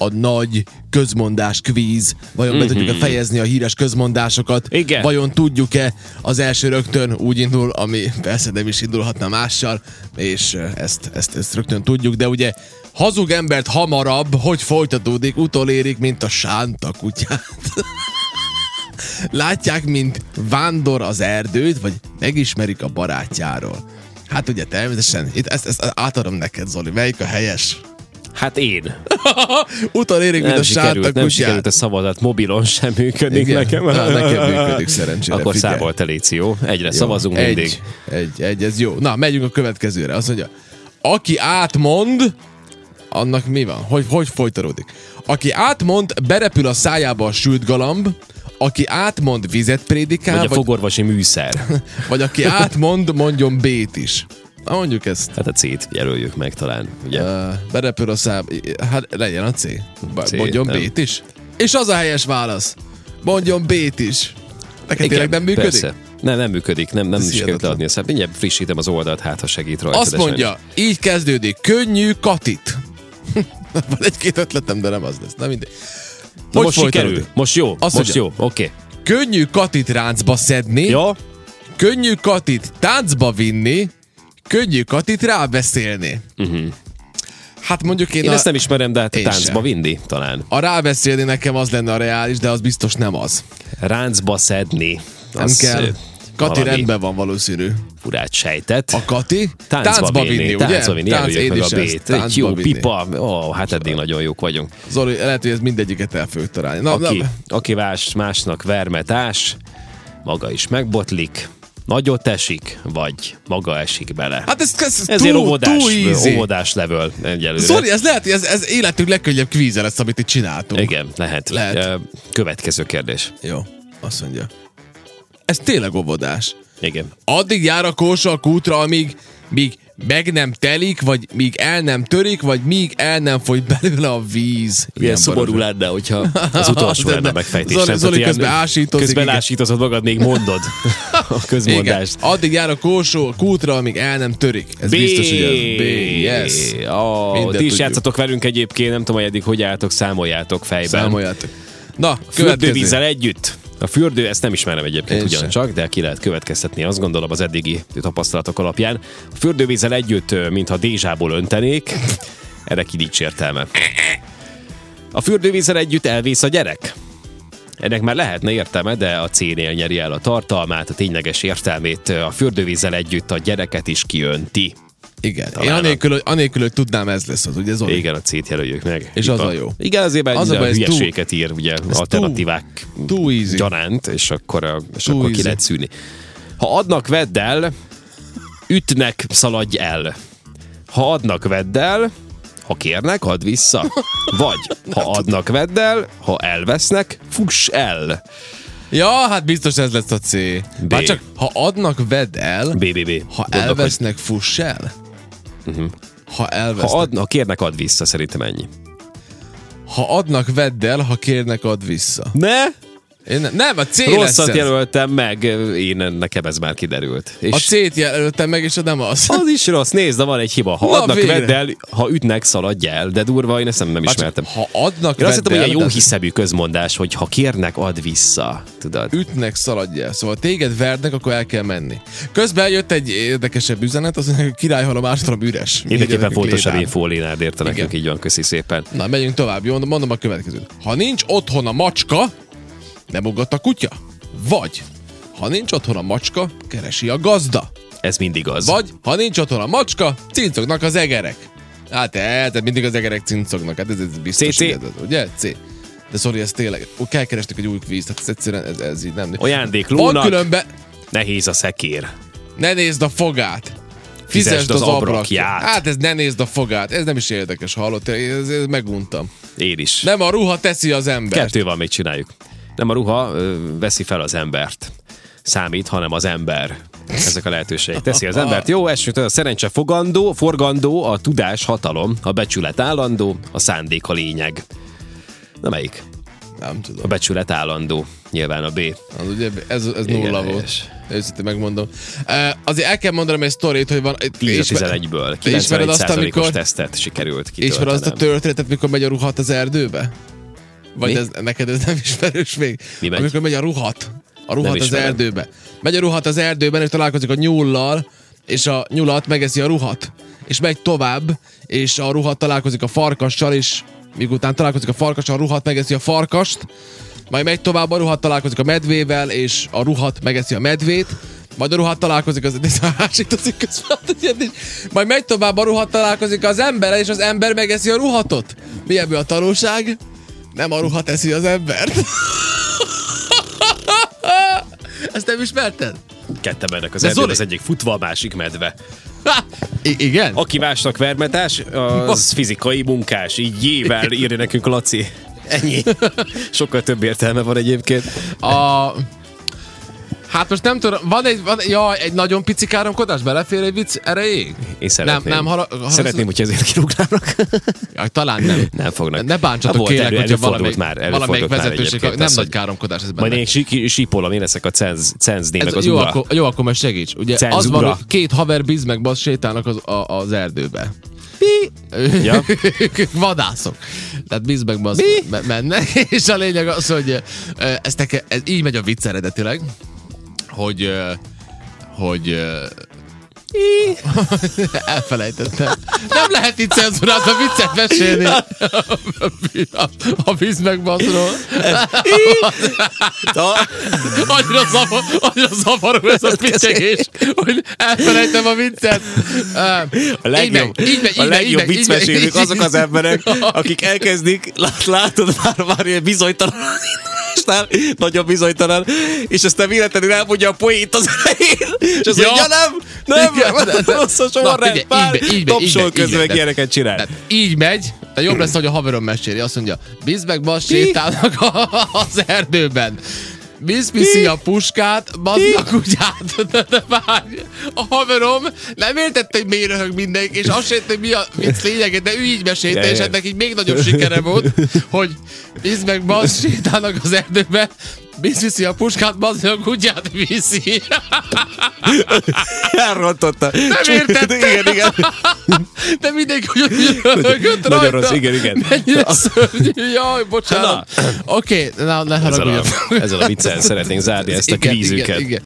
a nagy közmondás kvíz. Vajon be tudjuk-e fejezni a híres közmondásokat? Igen. Vajon tudjuk-e? Az első rögtön úgy indul, ami persze nem is indulhatna mással, és ezt rögtön tudjuk, de ugye hazug embert hamarabb, hogy folytatódik, utolérik, mint a sánta kutyát. Látják, mint vándor az erdőt, vagy megismerik a barátjáról. Hát ugye természetesen, itt ezt átadom neked, Zoli, melyik a helyes? Hát én. Utolérik, mint a sánta kutyát. Nem sikerült a szavazat, mobilon sem működik nekem. Nekem működik szerencsére. Akkor számolt el, Léci, jó? Egyre jó, szavazunk mindig. Egy, ez jó. Na, megyünk a következőre. Azt mondja, aki átmond, annak mi van? Hogy folytatódik? Aki átmond, berepül a szájába a sült galamb, aki átmond, vizet prédikál, vagy a fogorvosi műszer. Vagy aki átmond, mondjon B-t is. Na, mondjuk ezt. Hát a C-t jelöljük meg talán, ugye? Berepül a szájába, hát legyen a C. Mondjon B-t is. És az a helyes válasz. Mondjon B-t is. Neked tényleg nem működik? Persze. Nem működik, nem sikerült leadni a szám. Mindjárt frissítem az oldalt, hát ha segít rajta. Azt mondja, így kezdődik, könnyű Katit. Van egy-két ötletem, de nem az lesz. Na mindegy. Most sikerül. Most jó. Azt most mondja, jó. Oké. Könnyű Katit ráncba szedni. Jó. Könnyű Katit táncba vinni. Könnyű Katit rábeszélni. Hát mondjuk én ezt nem ismerem, de hát táncba sem. vinni talán. A rábeszélni nekem az lenne a reális, de az biztos nem az. Ráncba szedni. Nem kell. Kati rendben van valószínű. Furát sejtett. A Kati táncba vinni, ugye? Táncba vinni, jelöljük meg a B-t. Egy jó vinni. pipa. Hát eddig nagyon jók vagyunk. Zoli, lehet, hogy ez mindegyiket el fogjuk találni. Aki másnak vermet ás, maga is megbotlik, nagyot esik, vagy maga esik bele. Hát ez ezért óvodás level egyelőre. Zoli, ez lehet, hogy ez életünk legkönnyebb kvíze lesz, amit itt csináltunk. Igen, lehet. Következő kérdés. Jó, azt mondja. Ez tényleg óvodás. Igen. Addig jár a kósa a kútra, amíg meg nem telik, vagy míg el nem törik, vagy míg el nem fogy belőle a víz. Ilyen szomorú lenne, hogyha az utolsó lenne a megfejtés. Zoli közben ásítozik. Közben ásítozod magad, még mondod a közmondást. Igen. Addig jár a kósa a kútra, amíg el nem törik. Ez biztos, hogy ez B. Yes. Ti is játszatok velünk egyébként, nem tudom, hogy eddig hogy álltok, számoljátok fejben. Számoljátok. Na, fürdővízzel együtt. A fürdő, ezt nem ismerem egyébként ugyancsak, de ki lehet következtetni, azt gondolom az eddigi tapasztalatok alapján. A fürdővízzel együtt, mintha dézsából öntenék, erre ki nincs értelme. A fürdővízzel együtt elvész a gyerek? Ennek már lehetne értelme, de a C-nél nyeri el a tartalmát, a tényleges értelmét. A fürdővízzel együtt a gyereket is kiönti. Igen, talán én anélkül, hogy tudnám, ez lesz az, ugye Zoli? Igen, a C-t jelöljük meg. És az a jó. Igen, azért már hülyeséget ír, ugye, alternatívák gyaránt, és akkor ki lehet szűni. Ha adnak, vedd el, ütnek, szaladj el. Ha adnak, vedd el, ha kérnek, add vissza. Vagy, ha adnak, vedd el, ha elvesznek, fuss el. Ja, hát biztos ez lesz a C. Bár csak, ha adnak, vedd el, B. Ha elvesznek, fuss el. Ha elvesznek... Ha kérnek, add vissza, szerintem ennyi. Ha adnak, vedd el, ha kérnek, add vissza. Ne? Nem, a C rosszat lesz jelöltem meg, nekem ez már kiderült. És a C-t jelöltem meg, és nem az. Az is rossz, nézd, de van egy hiba. Ha adnak, vedd el, ha ütnek, szaladj el. De durva, én ezt nem ismertem. Ha adnak, én azt hittem, hogy egy jó hiszemű közmondás, hogy ha kérnek, add vissza. Tudod? Ütnek, szaladj el. Szóval téged vernek, akkor el kell menni. Közben jött egy érdekesebb üzenet, az mondja, hogy királyhal a másodalom üres. Mindenképpen fontosabb infó, Lénárd, érte nekünk, így van, köszi szépen. Na, megyünk tovább, jó? Mondom a következőt. Ha nincs otthon a macska, nem ugat a kutya? Vagy, ha nincs otthon a macska, keresi a gazda. Ez mindig az. Vagy, ha nincs otthon a macska, cincognak az egerek. Hát mindig az egerek cincognak. Hát ez biztos, hogy ez az, ugye? C. De sorry, ez tényleg, kell kerestek egy új kvízt, hát ez egyszerűen ez így nem. Ajándék lónak, különben... nehéz a szekér. Ne nézd a fogát. Fizesd az abrakját. Hát ez ne nézd a fogát. Ez nem is érdekes, hallott? Ez meguntam. Én is. Nem a ruha teszi az embert. Kettő van, még csináljuk. Nem a ruha veszi fel az embert. Számít, hanem az ember. Ezek a lehetőségek. Teszi az embert. Jó, esünk, a szerencse forgandó, a tudás hatalom, a becsület állandó, a szándék a lényeg. Na melyik? Nem tudom. A becsület állandó. Nyilván a B. Az ugye, ez nulla volt. Őszintén megmondom. Azért el kell mondanom egy sztorit, hogy van... 10-11-ből 91%-os tesztet sikerült kitöltenem. Ismered azt a történetet, mikor megy a ruhat az erdőbe? Vagy neked ez nem ismerős még? Mi megy? Amikor megy a ruhat. A ruhat az erdőbe. Megy a ruhat az erdőben, és találkozik a nyullal, és a nyulat megeszi a ruhat. És megy tovább, és a ruhat találkozik a farkassal, és miután találkozik a farkassal, a ruhat megeszi a farkast, majd megy tovább, a ruhat találkozik a medvével, és a ruhat megeszi a medvét, majd a ruhat találkozik majd megy tovább, a ruhat találkozik az emberrel, és az ember megeszi a ruhatot. Mi ebből a tanulság? Nem a ruhat eszi az embert. Ezt nem ismerted? Ketten mennek az erdőben, az egyik futva, a másik medve. Igen? Aki másnak vermetás, az fizikai munkás. Így jével írja nekünk Laci. Ennyi. Sokkal több értelme van egyébként. Hát most nem tudom, van egy nagyon pici káromkodás, belefér egy vicc erejéig? Én szeretném. Nem szeretném, hogyha ezért kirúgnának. Ja, talán nem. Nem fognak. Ne bántsatok, kérlek, hogyha valamelyik vezetőség, nem nagy káromkodás ez benne. Majd én sípolom, én leszek a cenzni, meg az ura. Jó, akkor most segíts. Ugye az van, hogy két haver biz meg basz sétálnak az erdőbe. Ja. Vadászok. Tehát biz meg basz mennek, és a lényeg az, hogy ez így megy a vicc eredetileg, hogy elfelejtettem. Nem lehet itt cenzurálni a viccet mesélni. A víz megbaszról. Annyira zavaró ez a picsegés, hogy elfelejtem a viccet. A legjobb viccmesélők azok az emberek, akik elkezdik, látod már ilyen bizonytalan nagyon bizonytalan, és aztán véletlenül elmondja a poént az elején, és azt mondja, nem, rossz a sorrend, már tapsol közben meg ilyeneket csinál. Így megy, de jobb lesz, hogy a haverom meséli, azt mondja, biz meg basz sétálnak az erdőben. Biz viszi a puskát, bazd a kutyát. De várj, a haverom nem értette, hogy miért röhög mindenki, és azt értette, hogy mi a vicc lényege, de ő így mesélte, és ennek így még nagyobb sikere volt, hogy biz meg basz sétálnak az erdőben, biz viszi a puskát, bazd a kutyát viszi. Elrontotta. Nem értette. Igen. De mindenki hogy röhögött rajta. Nagyon rossz, igen. Mennyire szörnyű. Jaj, bocsánat. Oké, ne haragudjatok. Ezzel a viccel szeretnénk zárni ezt a krízünket. Igen.